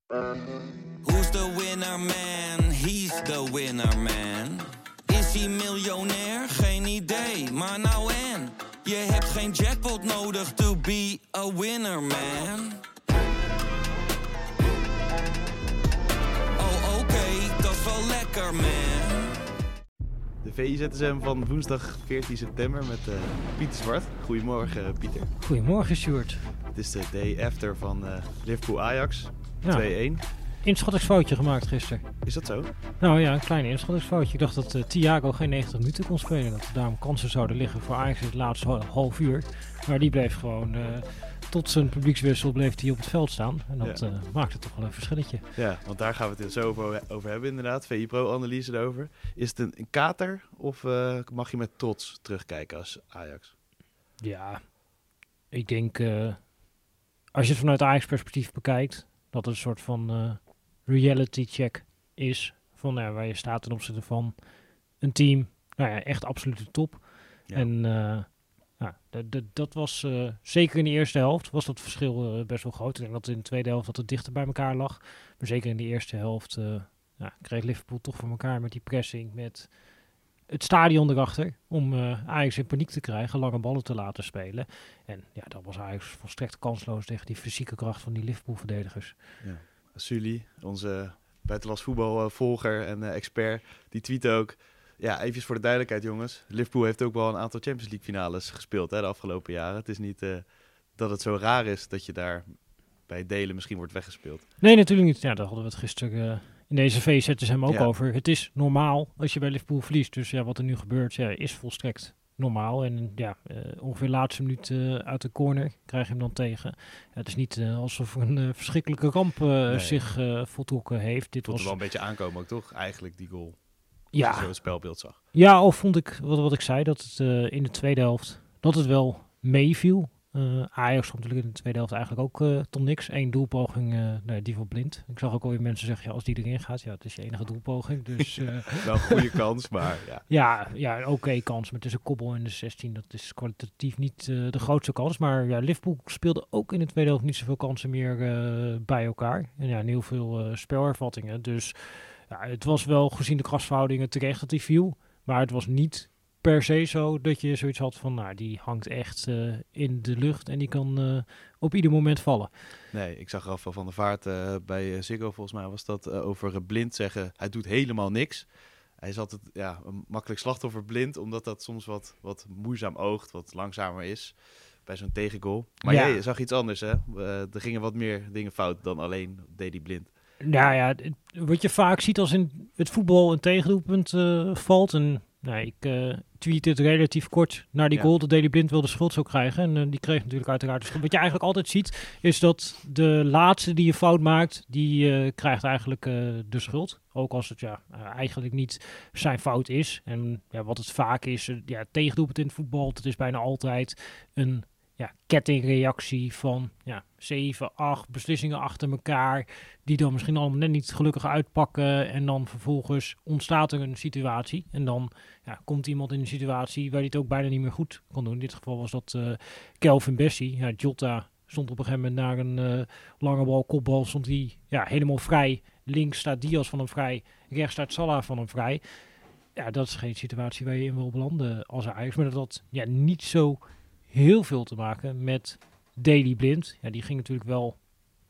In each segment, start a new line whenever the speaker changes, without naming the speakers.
Who's the winner man? He's the winner man. Is hij miljonair? Geen idee, maar nou en. Je hebt geen jackpot nodig to be a winner man. Oh oké, dat is wel lekker man.
De VI-ZSM van woensdag 14 september met Pieter Zwart. Goedemorgen Pieter.
Goedemorgen Sjoerd.
Het is de day after van Liverpool-Ajax, 2-1.
Inschattingsfoutje gemaakt gisteren.
Is dat zo?
Nou ja, een klein inschattingsfoutje. Ik dacht dat Thiago geen 90 minuten kon spelen. Dat er daarom kansen zouden liggen voor Ajax in het laatste half uur. Maar die bleef gewoon tot zijn publiekswissel bleef hij op het veld staan. En dat maakte toch wel een verschilletje.
Ja, want daar gaan we het zo over hebben inderdaad. VI Pro-analyse erover. Is het een kater of mag je met trots terugkijken als Ajax?
Ja, ik denk als je het vanuit Ajax-perspectief bekijkt, dat het een soort van reality check is van waar je staat ten opzichte van een team. Nou ja, echt absolute top. Ja. En dat was zeker in de eerste helft was dat verschil best wel groot. Ik denk dat in de tweede helft dat het dichter bij elkaar lag. Maar zeker in de eerste helft kreeg Liverpool toch voor elkaar met die pressing, met het stadion erachter om Ajax in paniek te krijgen, lange ballen te laten spelen. En ja, dat was Ajax volstrekt kansloos tegen die fysieke kracht van die Liverpool-verdedigers.
Ja. Sully, onze buitenlands voetbalvolger en expert, die tweette ook. Ja, even voor de duidelijkheid jongens. Liverpool heeft ook wel een aantal Champions League finales gespeeld de afgelopen jaren. Het is niet dat het zo raar is dat je daar bij delen misschien wordt weggespeeld.
Nee, natuurlijk niet. Ja, daar hadden we het gisteren in deze VZSM ook over. Het is normaal als je bij Liverpool verliest. Dus ja, wat er nu gebeurt is volstrekt normaal. En ongeveer laatste minuut uit de corner krijg je hem dan tegen. Ja, het is niet alsof er een verschrikkelijke ramp zich voltrokken heeft. Dit
was wel een beetje aankomen ook toch? Eigenlijk die goal.
Ja.
Als je zo het spelbeeld zag.
Ja, of vond ik wat ik zei, dat het in de tweede helft dat het wel meeviel. Ajax komt natuurlijk in de tweede helft eigenlijk ook tot niks. 1 doelpoging, die voor Blind. Ik zag ook alweer mensen zeggen, als die erin gaat, het is je enige doelpoging. Dus,
wel een goede kans, maar ja.
Ja, oké kans, maar het is een koppel in de 16. Dat is kwalitatief niet de grootste kans. Maar ja, Liverpool speelde ook in de tweede helft niet zoveel kansen meer bij elkaar. En heel veel spelervattingen. Dus ja, het was wel gezien de krachtsverhoudingen terecht dat die viel. Maar het was niet per se zo dat je zoiets had van, die hangt echt in de lucht en die kan op ieder moment vallen.
Nee, ik zag Rafael van der Vaart bij Ziggo, volgens mij was dat over Blind zeggen, hij doet helemaal niks. Hij is altijd een makkelijk slachtoffer Blind, omdat dat soms wat moeizaam oogt, wat langzamer is bij zo'n tegengoal. Maar jij zag iets anders, hè? Er gingen wat meer dingen fout dan alleen deed die Blind.
Nou ja, wat je vaak ziet als in het voetbal een tegendoelpunt valt. En ik tweette het relatief kort naar die goal dat Daley Blind wel de schuld zou krijgen. En die kreeg natuurlijk uiteraard de schuld. Wat je eigenlijk altijd ziet, is dat de laatste die je fout maakt, die krijgt eigenlijk de schuld. Ook als het eigenlijk niet zijn fout is. En wat het vaak is, tegendoelpunt in het voetbal, het is bijna altijd een kettingreactie van 7, 8 beslissingen achter elkaar, die dan misschien allemaal net niet gelukkig uitpakken. En dan vervolgens ontstaat er een situatie. En dan komt iemand in een situatie waar hij het ook bijna niet meer goed kon doen. In dit geval was dat Kelvin Bessie. Jota stond op een gegeven moment naar een lange bal, kopbal, stond hij helemaal vrij. Links staat Diaz van hem vrij, rechts staat Salah van hem vrij. Ja, dat is geen situatie waar je in wil belanden als Ajax. Maar dat had niet zo heel veel te maken met Daley Blind. Ja, die ging natuurlijk wel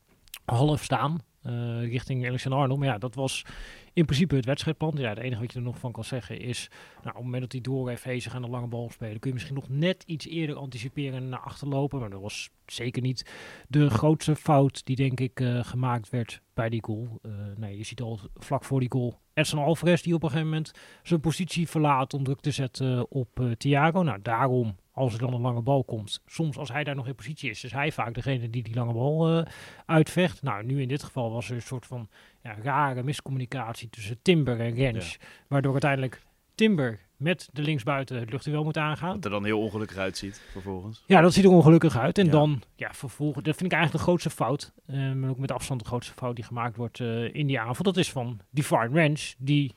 half staan richting Alexander-Arnold. Maar dat was in principe het wedstrijdplan. Ja, het enige wat je er nog van kan zeggen is, op het moment dat hij door heeft heen, ze gaan de lange bal spelen, kun je misschien nog net iets eerder anticiperen en naar achter lopen. Maar dat was zeker niet de grootste fout die denk ik gemaakt werd bij die goal. Je ziet al vlak voor die goal Edson Alvarez die op een gegeven moment zijn positie verlaat om druk te zetten op Thiago. Nou, daarom, als er dan een lange bal komt, soms als hij daar nog in positie is hij vaak degene die lange bal uitvecht. Nou, nu in dit geval was er een soort van rare miscommunicatie tussen Timber en Rens, waardoor uiteindelijk Timber met de linksbuiten het luchtduel moet aangaan.
Wat er dan heel ongelukkig uitziet, vervolgens.
Ja, dat ziet er ongelukkig uit. En dan, vervolgens, dat vind ik eigenlijk de grootste fout. Maar ook met afstand de grootste fout die gemaakt wordt in die aanval. Dat is van Divine Rens, die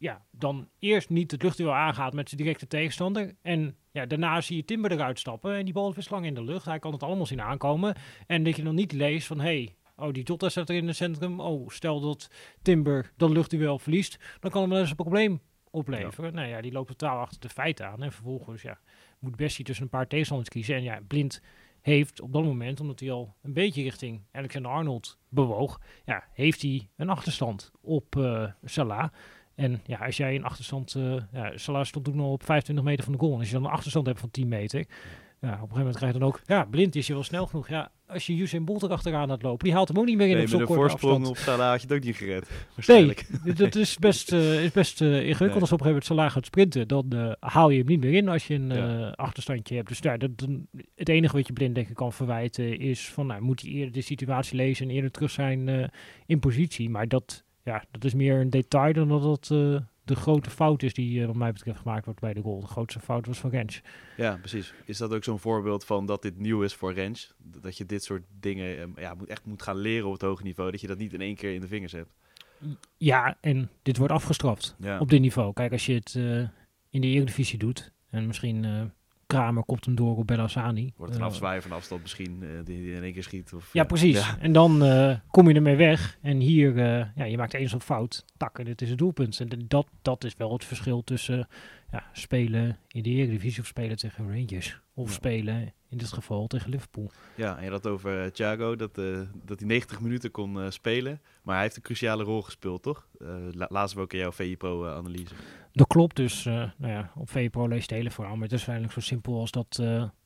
dan eerst niet het luchtduel aangaat met zijn directe tegenstander. En daarna zie je Timber eruit stappen en die bal is best lang in de lucht. Hij kan het allemaal zien aankomen. En dat je dan niet leest van, oh, die Jota staat er in het centrum. Oh, stel dat Timber dat luchtduel verliest, dan kan het wel eens een probleem opleveren. Ja. Nou ja, die loopt totaal achter de feiten aan. En vervolgens moet Bessie tussen een paar tegenstanders kiezen. En ja, Blind heeft op dat moment, omdat hij al een beetje richting Alexander-Arnold bewoog, heeft hij een achterstand op Salah. En ja, als jij een achterstand... Salah stond toen al op 25 meter van de goal. En als je dan een achterstand hebt van 10 meter... Ja, op een gegeven moment krijg je dan ook... Ja, Blind is je wel snel genoeg. Ja, als je Usain Bolt erachteraan laat lopen... Die haalt hem ook niet meer in op zo'n korte afstand.
Met een voorsprong op Salah had je het ook niet gered. Waarschijnlijk.
Nee, dat is best ingewikkeld. Als op een gegeven moment Salah gaat sprinten... Dan haal je hem niet meer in als je een achterstandje hebt. Dus het enige wat je Blind denk ik kan verwijten... is van, moet hij eerder de situatie lezen... en eerder terug zijn in positie. Maar dat is meer een detail dan dat het... de grote fout is die wat mij betreft gemaakt wordt bij de goal. De grootste fout was van Rens.
Ja, precies. Is dat ook zo'n voorbeeld van dat dit nieuw is voor Rens? Dat je dit soort dingen moet gaan leren op het hoge niveau. Dat je dat niet in één keer in de vingers hebt.
Ja, en dit wordt afgestraft op dit niveau. Kijk, als je het in de Eredivisie doet... en misschien Kramer kopt hem door op Bellassani.
Wordt het een afzwaaien van afstand misschien die in één keer schiet? Of,
ja, precies. Ja. En dan kom je ermee weg. En hier, je maakt eens een fout. Tak, en dit is het doelpunt. En dat is wel het verschil tussen spelen in de Eredivisie of spelen tegen Rangers. Of spelen in dit geval tegen Liverpool.
Ja, en je had het over Thiago, dat hij 90 minuten kon spelen. Maar hij heeft een cruciale rol gespeeld, toch? Lazen we ook in jouw VI Pro-analyse.
Dat klopt, dus op VI Pro lees je het hele verhaal. Maar het is eigenlijk zo simpel als dat...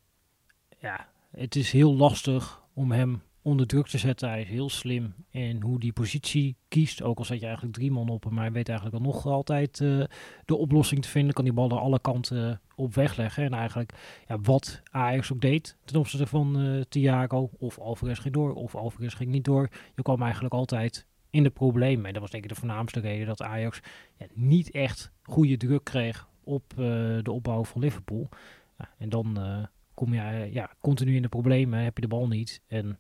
het is heel lastig om hem onder druk te zetten. Hij is heel slim in hoe die positie kiest. Ook al zet je eigenlijk 3 man op hem, maar hij weet eigenlijk wel nog altijd de oplossing te vinden. Kan die bal er alle kanten op wegleggen. En eigenlijk wat Ajax ook deed ten opzichte van Thiago. Of Alvarez ging door, of Alvarez ging niet door. Je kwam eigenlijk altijd in de problemen. En dat was denk ik de voornaamste reden dat Ajax niet echt goede druk kreeg op de opbouw van Liverpool. En dan kom je continu in de problemen, heb je de bal niet. En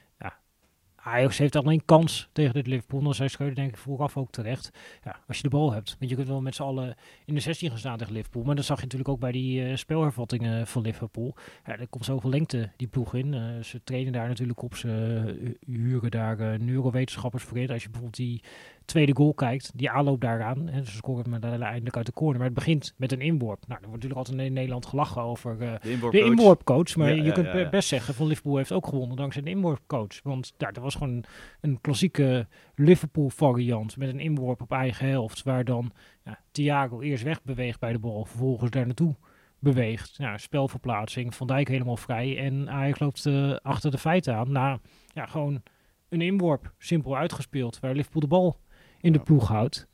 Ajax heeft alleen kans tegen dit Liverpool. Dan zei Schreuder denk ik vooraf ook terecht. Ja, als je de bal hebt. Want je kunt wel met z'n allen in de 16 gaan staan tegen Liverpool. Maar dat zag je natuurlijk ook bij die spelhervattingen van Liverpool. Ja, er komt zoveel lengte die ploeg in. Ze trainen daar natuurlijk op. Ze huren daar neurowetenschappers voor in. Als je bijvoorbeeld die tweede goal kijkt, die aanloop daaraan. Ze scoren met eindelijk uit de corner. Maar het begint met een inworp. Nou, er wordt natuurlijk altijd in Nederland gelachen over de inworpcoach. Maar je kunt best zeggen van Liverpool heeft ook gewonnen dankzij de inworpcoach. Want dat was gewoon een klassieke Liverpool variant met een inworp op eigen helft. Waar dan Thiago eerst wegbeweegt bij de bal. Vervolgens daar naartoe beweegt. Spelverplaatsing. Van Dijk helemaal vrij. En Ajax loopt achter de feiten aan. Na gewoon een inworp. Simpel uitgespeeld. Waar Liverpool de bal in de ploeg houdt.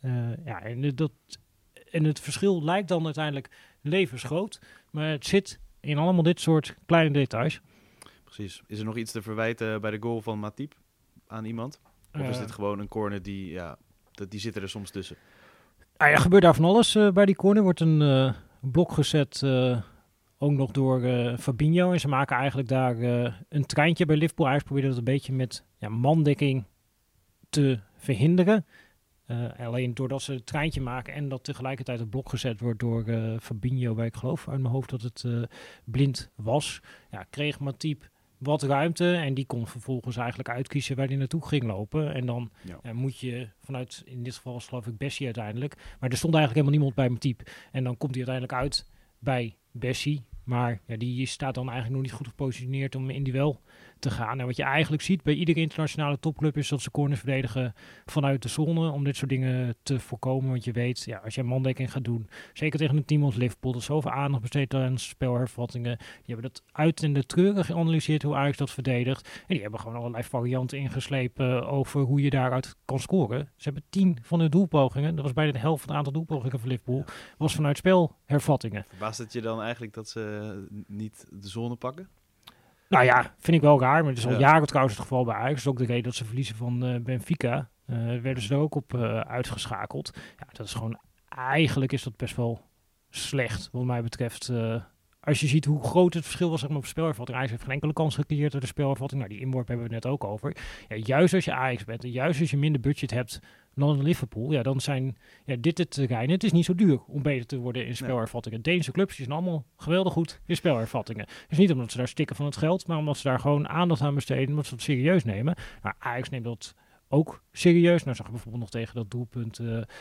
En het verschil lijkt dan uiteindelijk levensgroot. Maar het zit in allemaal dit soort kleine details.
Precies. Is er nog iets te verwijten bij de goal van Matip aan iemand? Of is dit gewoon een corner die zitten er soms tussen?
Er gebeurt daar van alles bij die corner. Wordt een blok gezet ook nog door Fabinho. En ze maken eigenlijk daar een treintje bij Liverpool. Ajax probeerde dat een beetje met mandekking te verhinderen. Alleen doordat ze het treintje maken en dat tegelijkertijd het blok gezet wordt door Fabinho, waar ik geloof uit mijn hoofd dat het Blind was, kreeg Matip wat ruimte en die kon vervolgens eigenlijk uitkiezen waar hij naartoe ging lopen. En dan moet je vanuit, in dit geval geloof ik Bessie uiteindelijk, maar er stond eigenlijk helemaal niemand bij Matip. En dan komt hij uiteindelijk uit bij Bessie. Maar die staat dan eigenlijk nog niet goed gepositioneerd om in duel te gaan. En wat je eigenlijk ziet bij iedere internationale topclub is dat ze corners verdedigen vanuit de zone om dit soort dingen te voorkomen. Want je weet, als je mandekking gaat doen, zeker tegen een team als Liverpool, dat zoveel aandacht besteedt aan spelhervattingen. Die hebben dat uit en de treuren geanalyseerd hoe Ajax dat verdedigt. En die hebben gewoon allerlei varianten ingeslepen over hoe je daaruit kan scoren. Ze hebben 10 van hun doelpogingen, dat was bijna de helft van het aantal doelpogingen van Liverpool, was vanuit spelhervattingen.
Verbaast het je dan eigenlijk dat ze niet de zone pakken?
Nou ja, vind ik wel raar. Maar het is al jaren trouwens het geval bij Ajax. Dat is ook de reden dat ze verliezen van Benfica. Werden ze er ook op uitgeschakeld. Ja, dat is gewoon... Eigenlijk is dat best wel slecht, wat mij betreft, als je ziet hoe groot het verschil was zeg maar, op spelervatting. Ajax heeft geen enkele kans gecreëerd door de spelervatting. Nou, die inworp hebben we het net ook over. Ja, juist als je Ajax bent en juist als je minder budget hebt dan Liverpool, ja, dan zijn dit het terrein. Het is niet zo duur om beter te worden in spelervattingen. Deense clubs die zijn allemaal geweldig goed in spelervattingen. Dus niet omdat ze daar stikken van het geld, maar omdat ze daar gewoon aandacht aan besteden, omdat ze het serieus nemen. Nou, Ajax neemt dat ook serieus. Nou zag je bijvoorbeeld nog tegen dat doelpunt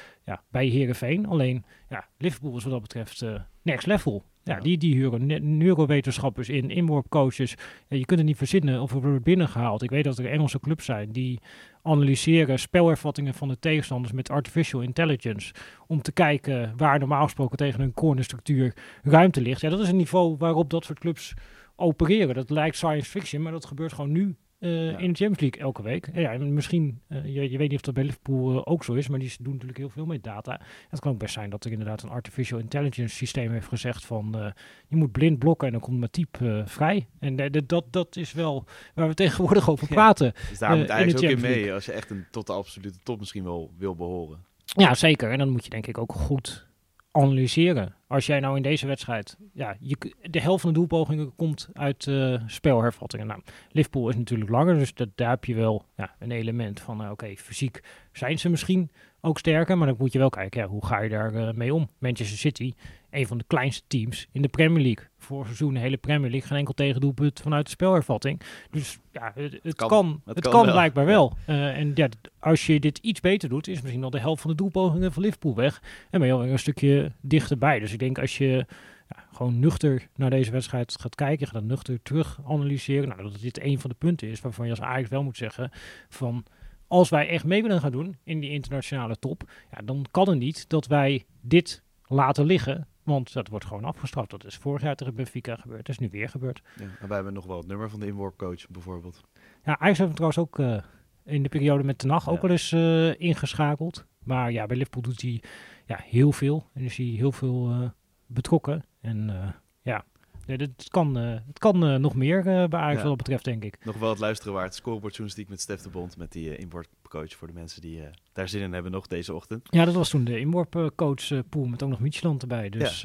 bij Heerenveen. Alleen, Liverpool is wat dat betreft next level. Ja, die huren neurowetenschappers in, inworpcoaches. Ja, je kunt het niet verzinnen of er wordt binnengehaald. Ik weet dat er Engelse clubs zijn die analyseren spelervattingen van de tegenstanders met artificial intelligence. Om te kijken waar normaal gesproken tegen een cornerstructuur ruimte ligt. Ja, dat is een niveau waarop dat soort clubs opereren. Dat lijkt science fiction, maar dat gebeurt gewoon nu. In de Champions League elke week. Ja, misschien, je weet niet of dat bij Liverpool ook zo is, maar die doen natuurlijk heel veel met data. Het kan ook best zijn dat er inderdaad een artificial intelligence systeem heeft gezegd van je moet blind blokken en dan komt Matip vrij. En dat is wel waar we tegenwoordig over praten.
Dus daar moet eigenlijk ook in mee als je echt tot de absolute top misschien wel wil behoren.
Ja, zeker. En dan moet je denk ik ook goed analyseren. Als jij nou in deze wedstrijd, de helft van de doelpogingen komt uit spelhervattingen. Nou, Liverpool is natuurlijk langer, dus daar heb je wel een element van, fysiek zijn ze misschien ook sterker, maar dan moet je wel kijken, hoe ga je daar mee om? Manchester City, een van de kleinste teams in de Premier League. Vorig seizoen de hele Premier League, geen enkel tegendoelpunt vanuit de spelhervatting. Dus het kan blijkbaar wel. En als je dit iets beter doet, is misschien al de helft van de doelpogingen van Liverpool weg. En ben je alweer een stukje dichterbij. Dus ik denk als je gewoon nuchter naar deze wedstrijd gaat kijken, je gaat dat nuchter terug analyseren. Nou, dat dit een van de punten is waarvan je als Ajax wel moet zeggen van als wij echt mee willen gaan doen in die internationale top, dan kan het niet dat wij dit laten liggen. Want dat wordt gewoon afgestraft. Dat is vorig jaar tegen Benfica gebeurd. Dat is nu weer gebeurd.
Ja, en wij hebben nog wel het nummer van de inworpcoach bijvoorbeeld.
Ja, Ajax heeft hem trouwens ook in de periode met Ten Hag ook wel eens ingeschakeld. Maar bij Liverpool doet hij heel veel. En is hij heel veel betrokken. En het kan nog meer bij Ajax wat dat betreft, denk ik.
Nog wel het luisteren waard. Scorebordjournalistiek met Stef de Bond. Met die inworpcoach voor de mensen die daar zin in hebben nog deze ochtend.
Ja, dat was toen de inworpcoach pool met ook nog Micheland erbij. Dus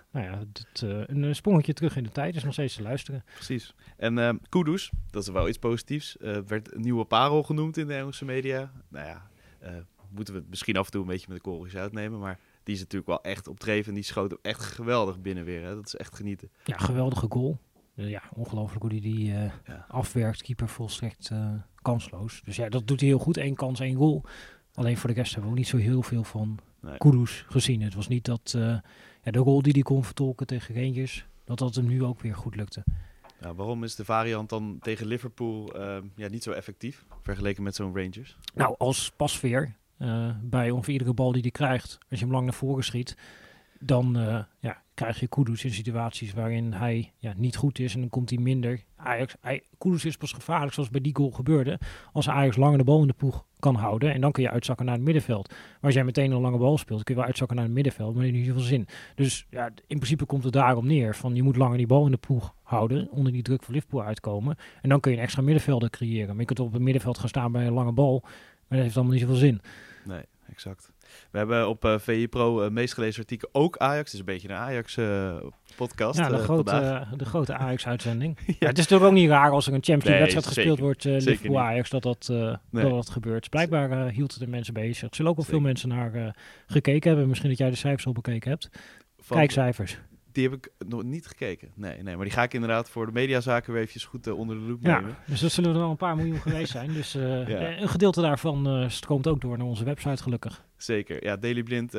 een sprongetje terug in de tijd is nog steeds te luisteren.
Precies. En Kudus, dat is wel iets positiefs. Werd een nieuwe parel genoemd in de Engelse media. Nou ja, moeten we het misschien af en toe een beetje met de korreltjes uitnemen, maar die is natuurlijk wel echt opdreven en die schoot echt geweldig binnen weer. Hè? Dat is echt genieten. Ja,
geweldige goal. Ongelooflijk hoe die afwerkt. Keeper volstrekt kansloos. Dus dat doet hij heel goed. 1 kans, 1 goal. Alleen voor de rest hebben we ook niet zo heel veel van Kudus gezien. Het was niet dat de rol die hij kon vertolken tegen Rangers, dat hem nu ook weer goed lukte.
Ja, waarom is de variant dan tegen Liverpool niet zo effectief vergeleken met zo'n Rangers?
Nou, als pasveer bij ongeveer iedere bal die hij krijgt, als je hem lang naar voren schiet, dan krijg je Kudus in situaties waarin hij niet goed is en dan komt hij minder. Kudus is pas gevaarlijk zoals bij die goal gebeurde als Ajax langer de bal in de ploeg kan houden en dan kun je uitzakken naar het middenveld. Maar als jij meteen een lange bal speelt, kun je wel uitzakken naar het middenveld, maar dat heeft niet zoveel zin. Dus in principe komt het daarom neer van je moet langer die bal in de ploeg houden, onder die druk van Liverpool uitkomen en dan kun je een extra middenvelder creëren. Maar je kunt op het middenveld gaan staan bij een lange bal, maar dat heeft allemaal niet zoveel zin.
Nee, exact. We hebben op VI Pro meest gelezen artikel ook Ajax. Het is een beetje een Ajax-podcast.
Ja, de grote Ajax-uitzending. Ja. Het is toch ook niet raar als er een Champions League-wedstrijd gespeeld wordt, Liverpool-Ajax, dat gebeurt. Blijkbaar hield het de mensen bezig. Er zullen ook wel veel mensen naar gekeken hebben. Misschien dat jij de cijfers al bekeken hebt. Kijkcijfers.
Die heb ik nog niet gekeken. Nee, maar die ga ik inderdaad voor de mediazaken weer eventjes goed onder de loep nemen.
Ja, dus dat zullen er wel een paar miljoen geweest zijn. Dus een gedeelte daarvan stroomt ook door naar onze website gelukkig.
Zeker. Ja, Daily Blind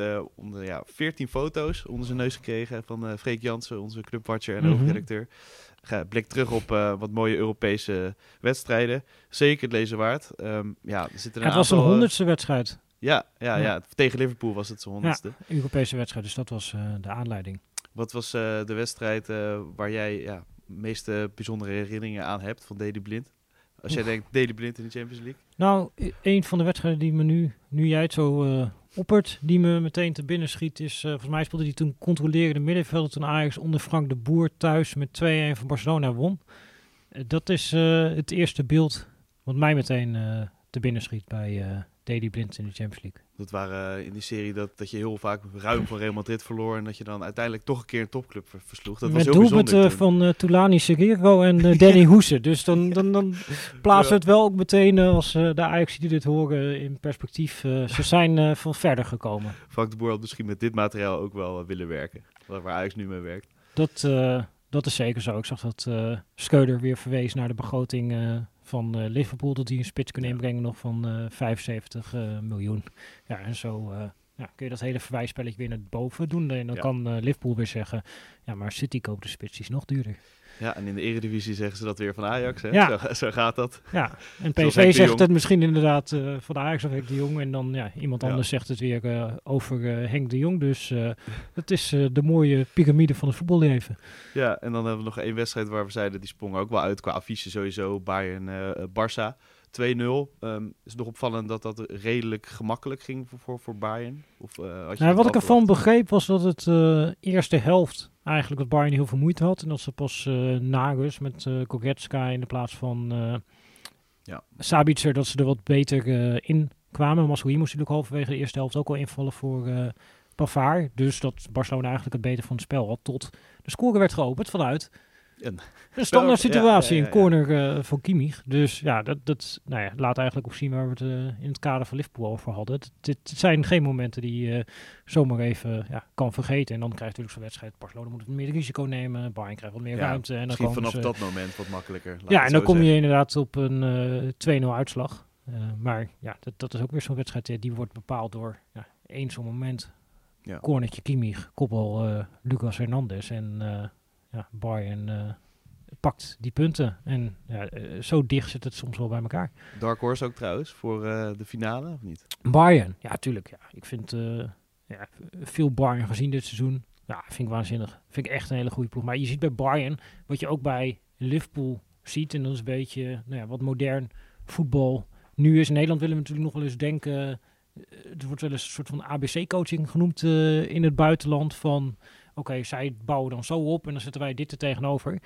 14 foto's onder zijn neus gekregen van Freek Jansen, onze clubwatcher en hoofdredacteur. Blik terug op wat mooie Europese wedstrijden. Zeker het lezen waard.
Het was een 100ste wedstrijd.
Ja, tegen Liverpool was het zijn 100ste.
Ja, Europese wedstrijd, dus dat was de aanleiding.
Wat was de wedstrijd waar jij meeste bijzondere herinneringen aan hebt van Daily Blind? Als jij denkt Daily Blind in de Champions League?
Nou, een van de wedstrijden die me nu jij het zo oppert, die me meteen te binnen schiet, is volgens mij speelde hij toen controlerende middenvelder toen Ajax onder Frank de Boer thuis met 2-1 van Barcelona won. Dat is het eerste beeld wat mij meteen te binnen schiet bij Daley Blind in de Champions League.
Dat waren in die serie dat je heel vaak ruim van Real Madrid verloor en dat je dan uiteindelijk toch een keer een topclub versloeg. Dat
Met
was heel bijzonder.
doelpunten van Tulani Seguero en Danny Hoese. Dus dan plaatsen we het wel ook meteen als de Ajax die dit horen in perspectief. Ze zijn van verder gekomen.
Frank de Boer had misschien met dit materiaal ook wel willen werken. Waar Ajax nu mee werkt.
Dat is zeker zo. Ik zag dat Schreuder weer verwees naar de begroting van Liverpool. Dat die een spits kunnen inbrengen nog van 75 miljoen. Ja, en zo kun je dat hele verwijsspelletje weer naar boven doen. En dan kan Liverpool weer zeggen, ja, maar City koopt de spits, die is nog duurder.
Ja, en in de Eredivisie zeggen ze dat weer van Ajax. Hè?
Ja.
Zo gaat dat.
Ja, en PSV zegt het misschien inderdaad van Ajax of Henk de Jong. En dan iemand anders zegt het weer over Henk de Jong. Dus het is de mooie piramide van het voetballeven.
Ja, en dan hebben we nog 1 wedstrijd waar we zeiden, die sprong ook wel uit qua affiche sowieso. Bayern-Barça 2-0. Is het nog opvallend dat dat redelijk gemakkelijk ging voor Bayern? Of,
wat ik ervan begreep was dat het eerste helft eigenlijk dat Bayern heel veel moeite had. En dat ze pas na rust met Goretzka in de plaats van Sabitzer, dat ze er wat beter in kwamen. Masroei moest natuurlijk halverwege de eerste helft ook al invallen voor Pavard. Dus dat Barcelona eigenlijk het beter van het spel had tot de score werd geopend vanuit een standaard situatie, een corner van Kimmich. Dus ja, dat laat eigenlijk ook zien waar we het in het kader van Liverpool over hadden. Dit zijn geen momenten die je zomaar even kan vergeten. En dan krijg je natuurlijk zo'n wedstrijd. Barcelona moet meer risico nemen. Bayern krijgt wat meer ruimte. En dan
misschien vanaf dat moment wat makkelijker.
Ja, en dan kom je inderdaad op een 2-0 uitslag. Maar ja, dat is ook weer zo'n wedstrijd die wordt bepaald door één zo'n moment. Ja. Cornertje Kimmich, koppel Lucas Hernandez en Bayern pakt die punten. En zo dicht zit het soms wel bij elkaar.
Dark Horse ook trouwens, voor de finale, of niet?
Bayern, ja, tuurlijk. Ja. Ik vind veel Bayern gezien dit seizoen. Ja, vind ik waanzinnig. Vind ik echt een hele goede ploeg. Maar je ziet bij Bayern, wat je ook bij Liverpool ziet, en dat is een beetje wat modern voetbal nu is. In Nederland willen we natuurlijk nog wel eens denken, er wordt wel eens een soort van ABC-coaching genoemd in het buitenland van oké, zij bouwen dan zo op en dan zetten wij dit er tegenover.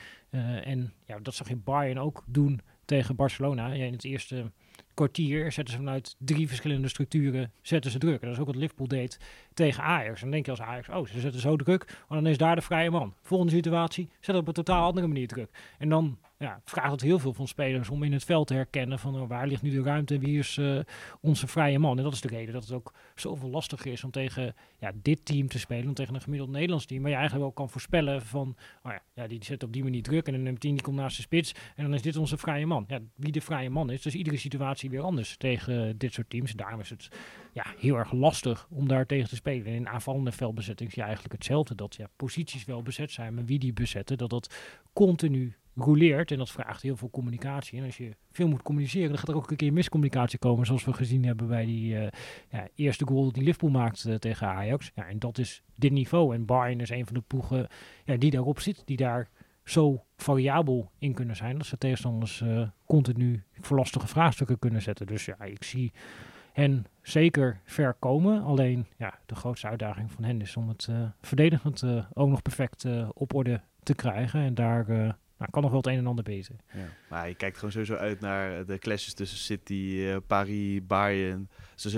En dat zag je Bayern ook doen tegen Barcelona. Ja, in het eerste kwartier zetten ze vanuit 3 verschillende structuren zetten ze druk. En dat is ook wat Liverpool deed tegen Ajax. En dan denk je als Ajax, ze zetten zo druk, maar dan is daar de vrije man. Volgende situatie, zet op een totaal andere manier druk. En dan vraagt het heel veel van spelers om in het veld te herkennen van waar ligt nu de ruimte en wie is onze vrije man. En dat is de reden dat het ook zoveel lastiger is om tegen dit team te spelen dan tegen een gemiddeld Nederlands team. Maar je eigenlijk wel kan voorspellen van, die zet op die manier druk en de nummer 10 die komt naast de spits en dan is dit onze vrije man. Ja, wie de vrije man is, dus iedere situatie weer anders tegen dit soort teams. Daarom is het heel erg lastig om daar tegen te spelen. En in aanvallende veldbezetting is eigenlijk hetzelfde, dat posities wel bezet zijn, maar wie die bezetten, dat continu rouleert en dat vraagt heel veel communicatie. En als je veel moet communiceren, dan gaat er ook een keer miscommunicatie komen, zoals we gezien hebben bij die eerste goal die Liverpool maakt tegen Ajax. Ja, en dat is dit niveau. En Bayern is een van de ploegen die daarop zit, die daar zo variabel in kunnen zijn, dat ze tegenstanders continu voor lastige vraagstukken kunnen zetten. Dus ik zie hen zeker ver komen. Alleen de grootste uitdaging van hen is om het verdedigend ook nog perfect op orde te krijgen. En daar kan nog wel het een en ander beter. Ja.
Maar je kijkt gewoon sowieso uit naar de clashes tussen City, Paris, Bayern. Er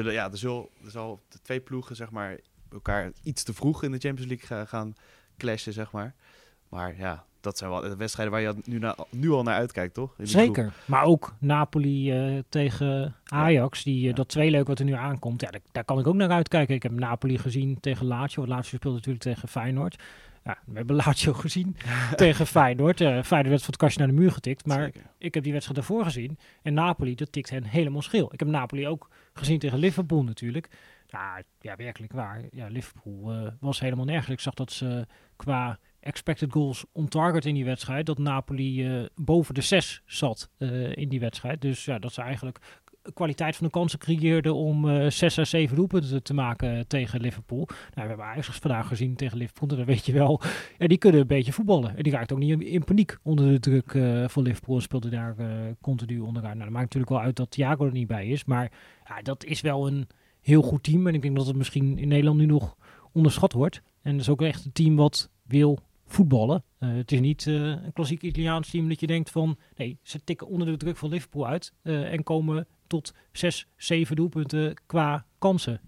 zal de 2 ploegen zeg maar elkaar iets te vroeg in de Champions League gaan clashen, zeg maar. Maar dat zijn wel de wedstrijden waar je nu al naar uitkijkt, toch?
Zeker. Groep. Maar ook Napoli tegen Ajax, dat tweeleuk wat er nu aankomt. Ja, daar kan ik ook naar uitkijken. Ik heb Napoli gezien tegen Lazio. Lazio speelt natuurlijk tegen Feyenoord. Ja, we hebben Lazio gezien tegen Feyenoord. Feyenoord werd van het kastje naar de muur getikt. Maar zeker. Ik heb die wedstrijd daarvoor gezien. En Napoli, dat tikt hen helemaal schil. Ik heb Napoli ook gezien tegen Liverpool natuurlijk. Ja, werkelijk waar. Ja, Liverpool was helemaal nergens. Ik zag dat ze qua expected goals on target in die wedstrijd, dat Napoli boven de 6 zat in die wedstrijd. Dus dat ze eigenlijk kwaliteit van de kansen creëerden om 6 à 7 doelpunten te maken tegen Liverpool. We hebben Ajax vandaag gezien tegen Liverpool. Dan weet je wel, die kunnen een beetje voetballen. En die raakt ook niet in paniek onder de druk van Liverpool en speelde daar continu onderaan. Dat maakt natuurlijk wel uit dat Thiago er niet bij is. Maar dat is wel een heel goed team. En ik denk dat het misschien in Nederland nu nog onderschat wordt. En dat is ook echt een team wat wil voetballen. Het is niet een klassiek Italiaans team dat je denkt van, nee, ze tikken onder de druk van Liverpool uit en komen tot 6, 7 doelpunten qua kansen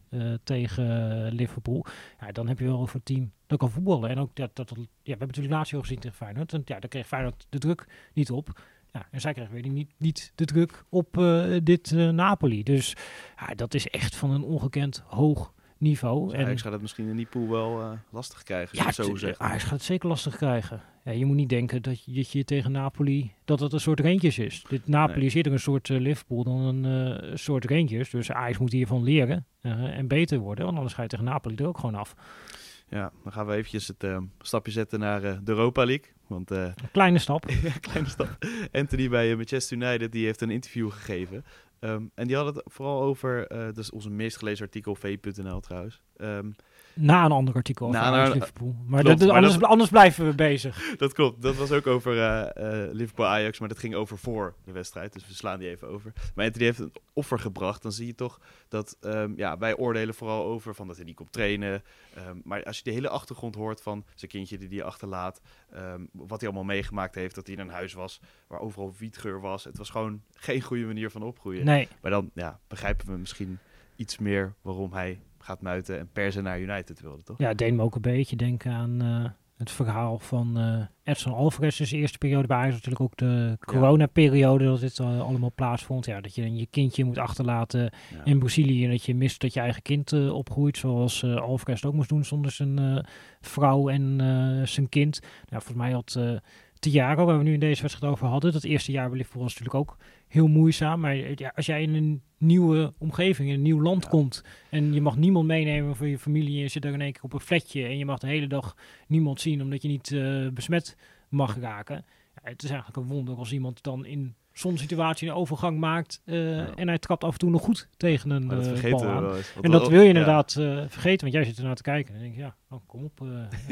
tegen Liverpool. Ja, dan heb je wel over een team dat kan voetballen. En ook we hebben natuurlijk Lazio gezien tegen Feyenoord. En ja, daar kreeg Feyenoord de druk niet op. Ja, en zij kregen weer niet de druk op dit Napoli. Dus dat is echt van een ongekend hoog niveau.
Dus Ajax gaat het misschien in die pool wel lastig krijgen.
Ja,
zo zeggen.
Ajax gaat het zeker lastig krijgen. Ja, je moet niet denken dat je tegen Napoli, dat het een soort Rangers is. Dit Napoli is eerder een soort Liverpool dan een soort Rangers. Dus Ajax moet hiervan leren en beter worden. Want anders ga je tegen Napoli er ook gewoon af.
Ja, dan gaan we eventjes het stapje zetten naar de Europa League. Want,
een kleine stap.
Ja, kleine stap. Anthony bij Manchester United, die heeft een interview gegeven. En die had het vooral over, dat is onze meest gelezen artikel, v.nl trouwens.
Na een ander artikel over Liverpool. Maar,
klopt,
anders blijven we bezig.
Dat klopt. Dat was ook over Liverpool-Ajax, maar dat ging over voor de wedstrijd. Dus we slaan die even over. Maar Anthony heeft een offer gebracht. Dan zie je toch dat wij oordelen vooral over van dat hij niet komt trainen. Maar als je de hele achtergrond hoort van zijn kindje die hij achterlaat, wat hij allemaal meegemaakt heeft, dat hij in een huis was waar overal wietgeur was. Het was gewoon geen goede manier van opgroeien.
Nee.
Maar dan begrijpen we misschien iets meer waarom hij gaat muiten en per se naar United wilde, toch?
Ja, het deed me ook een beetje denken aan het verhaal van Edson Alvarez. Dus de eerste periode bij Ajax, natuurlijk ook de coronaperiode, dat dit allemaal plaatsvond. Ja, dat je dan je kindje moet achterlaten in Brazilië en dat je mist dat je eigen kind opgroeit, zoals Alvarez het ook moest doen zonder zijn vrouw en zijn kind. Nou, volgens mij had Thiago, waar we nu in deze wedstrijd over hadden, dat eerste jaar bij Liverpool was natuurlijk ook heel moeizaam. Maar als jij in een nieuwe omgeving, in een nieuw land komt en je mag niemand meenemen voor je familie en je zit daar in één keer op een flatje en je mag de hele dag niemand zien omdat je niet besmet mag raken. Ja, het is eigenlijk een wonder als iemand dan in zo'n situatie een overgang maakt en hij trapt af en toe nog goed tegen een bal aan. En dat wil je inderdaad vergeten, want jij zit ernaar te kijken en dan denk je, kom op.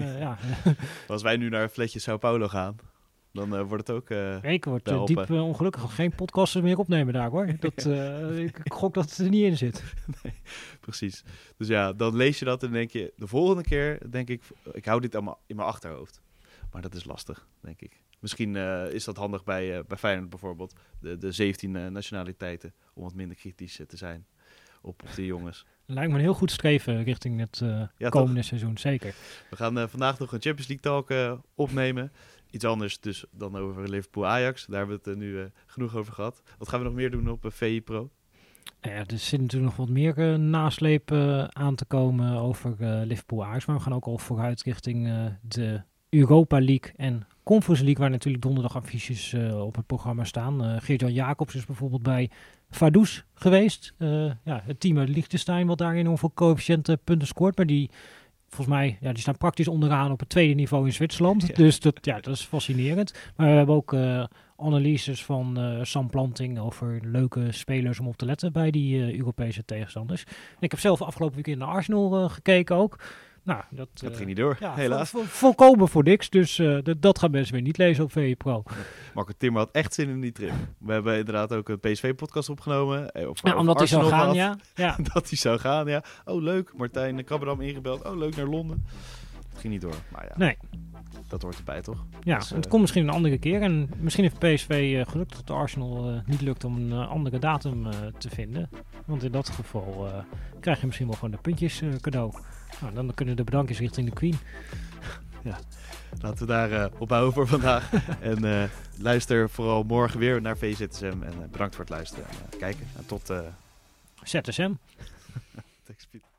Als wij nu naar Fletje Sao Paulo gaan, dan wordt het ook
ik word diep ongelukkig. Geen podcasts meer opnemen daar, hoor. Ik gok dat het er niet in zit.
Nee, precies. Dus ja, dan lees je dat en denk je, de volgende keer denk ik hou dit allemaal in mijn achterhoofd. Maar dat is lastig, denk ik. Misschien is dat handig bij Feyenoord bijvoorbeeld. De 17 nationaliteiten, om wat minder kritisch te zijn op de jongens.
Lijkt me een heel goed streven richting het komende seizoen, zeker.
We gaan vandaag nog een Champions League talk opnemen. Iets anders dus dan over Liverpool-Ajax. Daar hebben we het nu genoeg over gehad. Wat gaan we nog meer doen op VI Pro?
Er zit natuurlijk nog wat meer nasleep aan te komen over Liverpool-Ajax. Maar we gaan ook al vooruit richting de Europa League en Conference League, waar natuurlijk donderdag affiches op het programma staan. Geert-Jan Jacobs is bijvoorbeeld bij Vaduz geweest. Het team uit Liechtenstein wat daar enorm veel coëfficiënte punten scoort. Maar die volgens mij, die staan praktisch onderaan op het tweede niveau in Zwitserland. Ja. Dus dat is fascinerend. Maar we hebben ook analyses van Sam Planting over leuke spelers om op te letten bij die Europese tegenstanders. En ik heb zelf afgelopen weekend naar Arsenal gekeken ook. Nou, dat
ging niet door, helaas.
Volkomen voor niks, dus dat gaan mensen weer niet lezen op VE Pro.
Marco Timmer had echt zin in die trip. We hebben inderdaad ook een PSV-podcast opgenomen.
Omdat hij zou gaan, ja.
Dat hij zou gaan, ja. Oh, leuk. Martijn Krabberdam ingebeld. Oh, leuk, naar Londen. Het ging niet door, maar ja.
Nee.
Dat hoort erbij, toch?
Ja, dus, het komt misschien een andere keer. En misschien heeft PSV gelukt dat de Arsenal niet lukt om een andere datum te vinden. Want in dat geval krijg je misschien wel gewoon de puntjes cadeau. Nou, dan kunnen de bedankjes richting de Queen.
Ja, laten we daar ophouden voor vandaag. En luister vooral morgen weer naar VZSM. En bedankt voor het luisteren en kijken. En tot...
ZSM.
Thanks, Piet.